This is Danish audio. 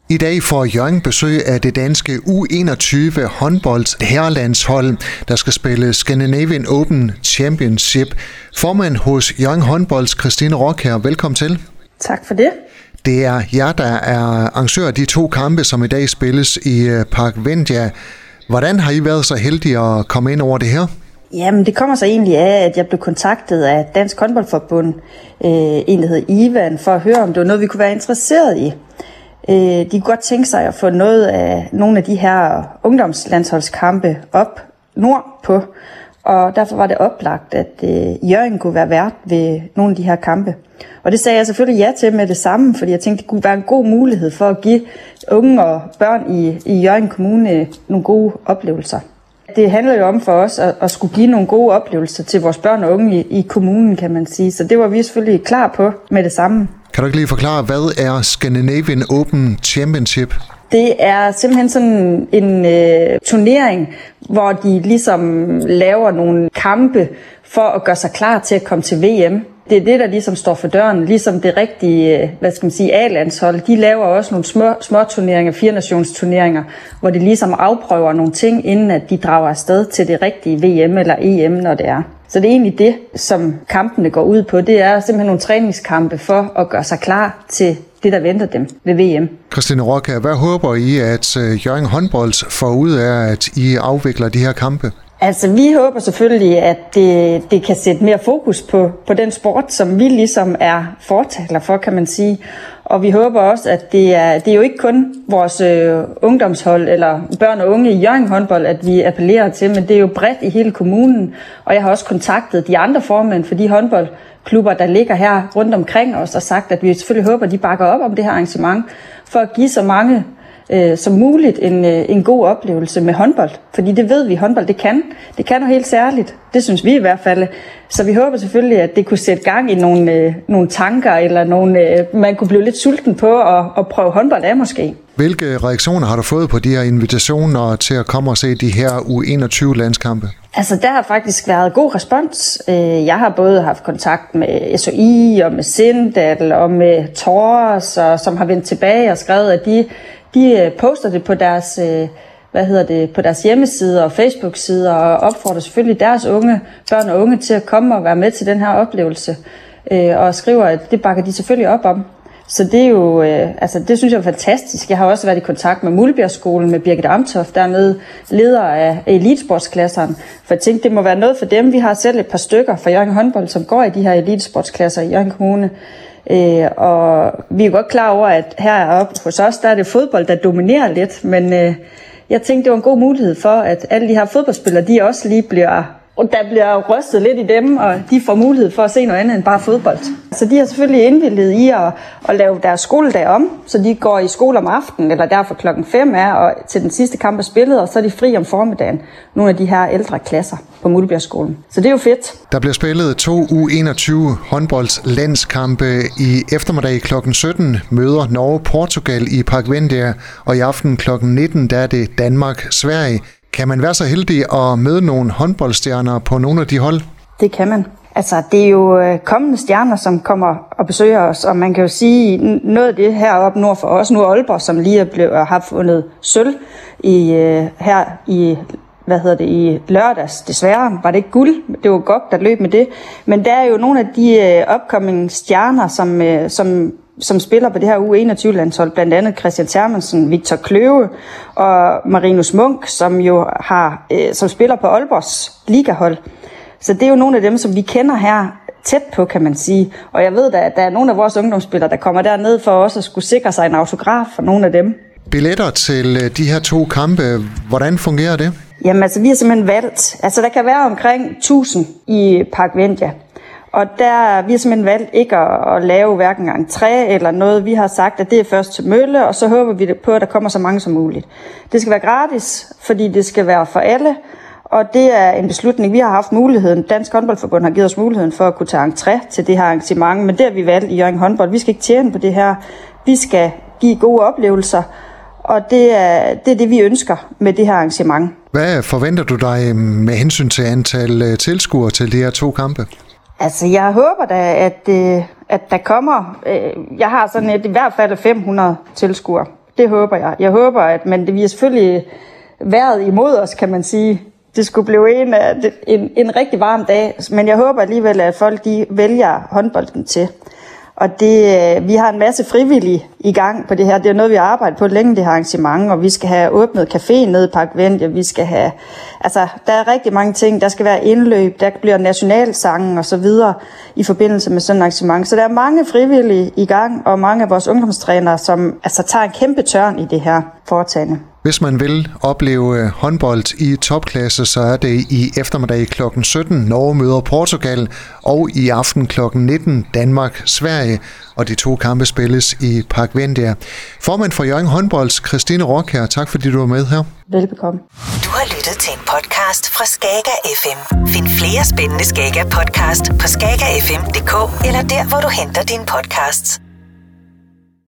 I dag får Hjørring besøg af det danske U21 håndbolds herrelandshold, der skal spille Scandinavian Open Championship. Formand hos Hjørring Håndbolds Christine Rockher, velkommen til. Tak for det. Det er jer, der er arrangør af de 2 kampe, som i dag spilles i Park Vendia. Hvordan har I været så heldige at komme ind over det her? Jamen, det kommer så egentlig af, at jeg blev kontaktet af Dansk Håndboldforbund, en der hedder Ivan, for at høre, om det var noget, vi kunne være interesseret i. De kunne godt tænke sig at få noget af nogle af de her ungdomslandsholdskampe op nordpå, og derfor var det oplagt, at Hjørring kunne være vært ved nogle af de her kampe. Og det sagde jeg selvfølgelig ja til med det samme, fordi jeg tænkte, det kunne være en god mulighed for at give unge og børn i Hjørring Kommune nogle gode oplevelser. Det handler jo om for os at skulle give nogle gode oplevelser til vores børn og unge i kommunen, kan man sige. Så det var vi selvfølgelig klar på med det samme. Kan du ikke lige forklare, hvad er Scandinavian Open Championship? Det er simpelthen sådan en turnering, hvor de ligesom laver nogle kampe for at gøre sig klar til at komme til VM. Det er det, der ligesom står for døren, ligesom det rigtige, A-landshold. De laver også nogle små turneringer, 4-nationsturneringer, hvor de ligesom afprøver nogle ting, inden at de drager afsted til det rigtige VM eller EM, når det er. Så det er egentlig det, som kampene går ud på. Det er simpelthen nogle træningskampe for at gøre sig klar til det, der venter dem ved VM. Christine Rockher, hvad håber I, at Hjørring Håndbolds får ud af, at I afvikler de her kampe? Altså, vi håber selvfølgelig, at det kan sætte mere fokus på den sport, som vi ligesom er fortaler for, kan man sige. Og vi håber også, at det er jo ikke kun vores ungdomshold eller børn og unge i Hjørring Håndbold, at vi appellerer til, men det er jo bredt i hele kommunen. Og jeg har også kontaktet de andre formænd for de håndboldklubber, der ligger her rundt omkring os, og sagt, at vi selvfølgelig håber, at de bakker op om det her arrangement, for at give så mange som muligt en god oplevelse med håndbold. Fordi det ved vi, håndbold det kan noget helt særligt. Det synes vi i hvert fald. Så vi håber selvfølgelig, at det kunne sætte gang i nogle tanker, eller man kunne blive lidt sulten på at prøve håndbold af måske. Hvilke reaktioner har du fået på de her invitationer til at komme og se de her U21-landskampe? Altså, der har faktisk været god respons. Jeg har både haft kontakt med SOI og med Sindal og med Tors, som har vendt tilbage og skrevet, at de poster det på deres på deres hjemmesider og Facebook-sider og opfordrer selvfølgelig deres børn og unge til at komme og være med til den her oplevelse, og skriver, at det bakker de selvfølgelig op om. Så det er jo, det synes jeg er fantastisk. Jeg har også været i kontakt med Mulbjergskolen, med Birgit Amtoft, dernede leder af elitesportsklasserne, for jeg tænkte, det må være noget for dem. Vi har selv et par stykker fra Hjørring Håndbold, som går i de her elitesportsklasser i Hjørring Kommune. Og vi er godt klar over, at heroppe hos os, der er det fodbold, der dominerer lidt, men jeg tænkte, det var en god mulighed for, at alle de her fodboldspillere, de også lige bliver rystet lidt i dem, og de får mulighed for at se noget andet end bare fodbold. Så de har selvfølgelig indvilliget i at lave deres skoledag om, så de går i skole om aftenen, eller derfor 5:00 og til den sidste kamp er spillet, og så er de fri om formiddagen, nogle af de her ældre klasser på Mulbjergskolen. Så det er jo fedt. Der bliver spillet 2 U21 håndboldslandskampe i eftermiddag kl. 17, møder Norge-Portugal i Park Vendia, og i aften kl. 19, der er det Danmark-Sverige. Kan man være så heldig at møde nogle håndboldstjerner på nogle af de hold? Det kan man. Altså, det er jo kommende stjerner, som kommer og besøger os, og man kan jo sige, noget af det heroppe nord for os, nu er Aalborg, som lige har fundet sølv i lørdags. Desværre var det ikke guld, det var godt, der løb med det. Men der er jo nogle af de upcoming stjerner, som spiller på det her U21-landshold, blandt andet Christian Termansen, Victor Kløve og Marinus Munk, som spiller på Aalborgs ligahold. Så det er jo nogle af dem, som vi kender her tæt på, kan man sige. Og jeg ved, at der er nogle af vores ungdomsspillere, der kommer derned for også at skulle sikre sig en autograf for nogle af dem. Billetter til de her 2 kampe, hvordan fungerer det? Jamen altså, vi har simpelthen valgt. Altså, der kan være omkring 1000 i Park Vendia. Og vi har simpelthen valgt ikke at lave hverken entré eller noget. Vi har sagt, at det er først til mølle, og så håber vi på, at der kommer så mange som muligt. Det skal være gratis, fordi det skal være for alle. Og det er en beslutning, vi har haft muligheden. Dansk Håndboldforbund har givet os muligheden for at kunne tage entré til det her arrangement. Men det har vi valgt i Hjørring Håndbold. Vi skal ikke tjene på det her. Vi skal give gode oplevelser. Og det er det, vi ønsker med det her arrangement. Hvad forventer du dig med hensyn til antal tilskuere til de her 2 kampe? Altså, jeg håber da, at der kommer. Jeg har sådan i hvert fald 500 tilskuere Det håber jeg. Jeg håber, men vi er selvfølgelig vejret imod os, kan man sige. Det skulle blive en rigtig varm dag, men jeg håber alligevel, at folk de vælger håndbolden til. Og vi har en masse frivillige i gang på det her. Det er noget, vi har arbejdet på længe, det her arrangement, og vi skal have åbnet café nede i Park Vindia. Vi skal have, der er rigtig mange ting. Der skal være indløb, der bliver nationalsangen og så videre i forbindelse med sådan et arrangement. Så der er mange frivillige i gang, og mange af vores ungdomstrænere, som tager en kæmpe tørn i det her foretagende. Hvis man vil opleve håndbold i topklasse, så er det i eftermiddag kl. 17 Norge møder Portugal, og i aften kl. 19 Danmark-Sverige, og de 2 kampe spilles i Park Vindia. Formand for Hjørring Håndbolds, Christine Rockær, tak fordi du var med her. Velbekomme. Du har lyttet til en podcast fra Skager FM. Find flere spændende Skager podcast på skagerfm.dk eller der, hvor du henter dine podcasts.